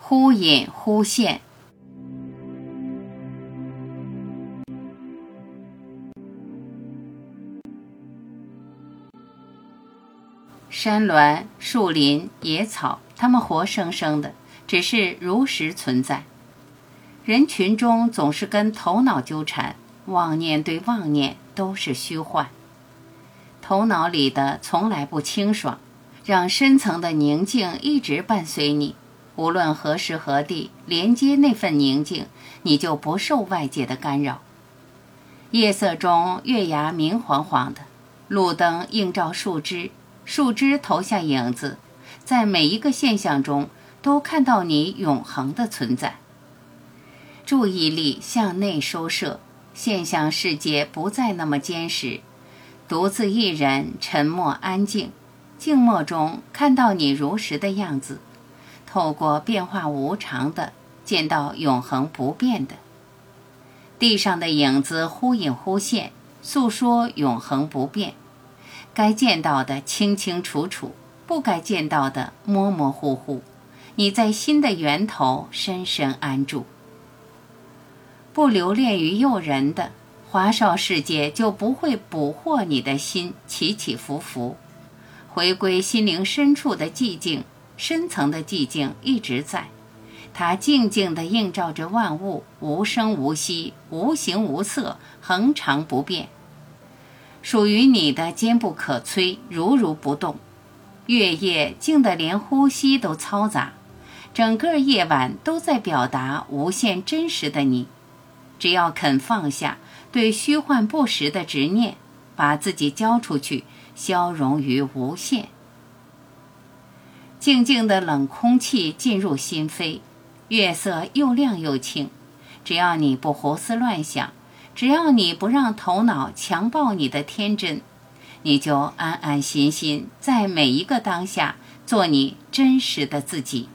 忽隐忽现。山峦、树林、野草，它们活生生的，只是如实存在。人群中总是跟头脑纠缠，妄念对妄念都是虚幻。头脑里的从来不清爽，让深层的宁静一直伴随你，无论何时何地，连接那份宁静，你就不受外界的干扰。夜色中，月牙明晃晃的，路灯映照树枝，树枝投下影子，在每一个现象中都看到你永恒的存在。注意力向内收摄，现象世界不再那么坚实，独自一人沉默安静，静默中看到你如实的样子，透过变化无常的见到永恒不变的。地上的影子忽隐忽现，诉说永恒不变，该见到的清清楚楚，不该见到的模模糊糊，你在心的源头深深安住。不留恋于诱人的花哨世界，就不会捕获你的心起起伏伏。回归心灵深处的寂静，深层的寂静一直在，它静静地映照着万物，无声无息，无形无色，恒常不变。属于你的坚不可摧，如如不动。月夜静得连呼吸都嘈杂，整个夜晚都在表达无限真实的你。只要肯放下对虚幻不实的执念，把自己交出去，消融于无限。静静的冷空气进入心扉，月色又亮又清。只要你不胡思乱想，只要你不让头脑强暴你的天真，你就安安心心在每一个当下做你真实的自己。